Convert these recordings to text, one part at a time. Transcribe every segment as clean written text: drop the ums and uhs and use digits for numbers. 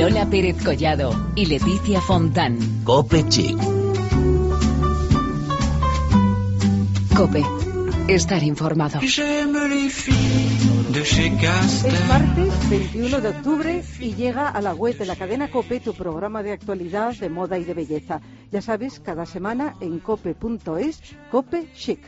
Lola Pérez Collado y Leticia Fontán. COPE Chic. COPE. Estar informado. Es martes 21 de octubre y llega a la web de la cadena COPE tu programa de actualidad de moda y de belleza. Ya sabes, cada semana en cope.es, COPE Chic.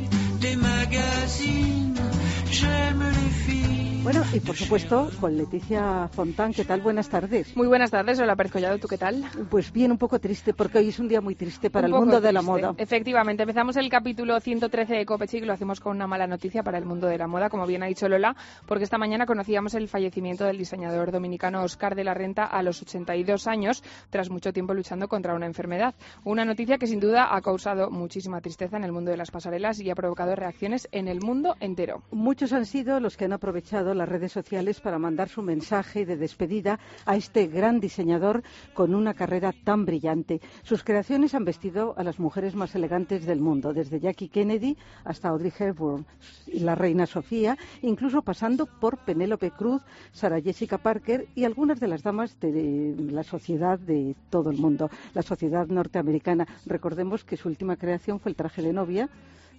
Bueno, y por supuesto, con Leticia Fontán. ¿Qué tal? Buenas tardes. Muy buenas tardes, Lola Pérez Collado. ¿Tú qué tal? Pues bien, un poco triste, porque hoy es un día muy triste para el mundo de la moda. Efectivamente, empezamos el capítulo 113 de COPE Chic, lo hacemos con una mala noticia para el mundo de la moda, como bien ha dicho Lola, porque esta mañana conocíamos el fallecimiento del diseñador dominicano Óscar de la Renta a los 82 años, tras mucho tiempo luchando contra una enfermedad. Una noticia que sin duda ha causado muchísima tristeza en el mundo de las pasarelas y ha provocado reacciones en el mundo entero. Muchos han sido los que han aprovechado las redes sociales para mandar su mensaje de despedida a este gran diseñador con una carrera tan brillante. Sus creaciones han vestido a las mujeres más elegantes del mundo, desde Jackie Kennedy hasta Audrey Hepburn y la reina Sofía, incluso pasando por Penélope Cruz, Sarah Jessica Parker y algunas de las damas de la sociedad de todo el mundo, la sociedad norteamericana. Recordemos que su última creación fue el traje de novia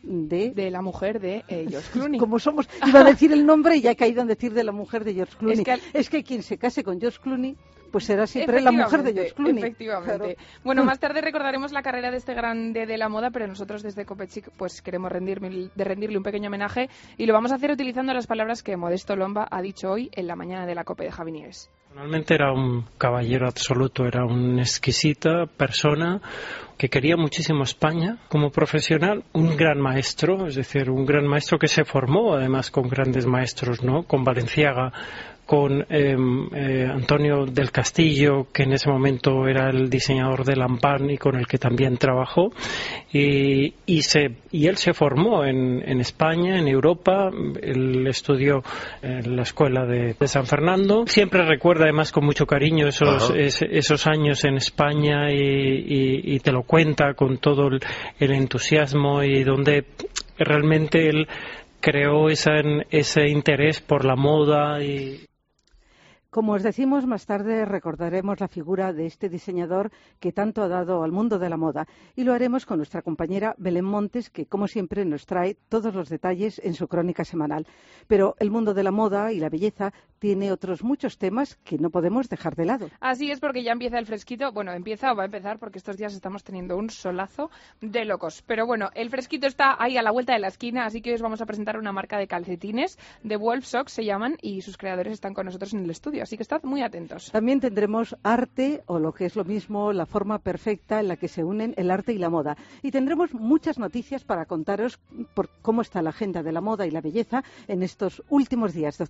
de la mujer de George Clooney. Como somos, iba a decir el nombre y ya he caído en decir de la mujer de George Clooney. Es que quien se case con George Clooney pues será siempre la mujer de George Clooney. Efectivamente. Claro. Bueno, más tarde recordaremos la carrera de este grande de la moda, pero nosotros desde COPE Chic pues queremos rendirle un pequeño homenaje y lo vamos a hacer utilizando las palabras que Modesto Lomba ha dicho hoy en la mañana de la COPE de Javi Nieves. Personalmente era un caballero absoluto, era una exquisita persona que quería muchísimo España como profesional, un gran maestro, es decir, un gran maestro que se formó además con grandes maestros, ¿no? Con Balenciaga, con Antonio del Castillo, que en ese momento era el diseñador de Lampán y con el que también trabajó, y él se formó en España, en Europa. Él estudió en la escuela de San Fernando. Siempre recuerda además con mucho cariño esos años en España y te lo cuenta con todo el entusiasmo, y donde realmente él creó ese interés por la moda. Y como os decimos, más tarde recordaremos la figura de este diseñador que tanto ha dado al mundo de la moda, y lo haremos con nuestra compañera Belén Montes, que como siempre nos trae todos los detalles en su crónica semanal. Pero el mundo de la moda y la belleza tiene otros muchos temas que no podemos dejar de lado. Así es, porque ya empieza el fresquito. Bueno, empieza o va a empezar, porque estos días estamos teniendo un solazo de locos. Pero bueno, el fresquito está ahí a la vuelta de la esquina, así que hoy os vamos a presentar una marca de calcetines, de Wolf Socks se llaman, y sus creadores están con nosotros en el estudio. Así que estad muy atentos. También tendremos arte, o lo que es lo mismo, la forma perfecta en la que se unen el arte y la moda. Y tendremos muchas noticias para contaros por cómo está la agenda de la moda y la belleza en estos últimos días de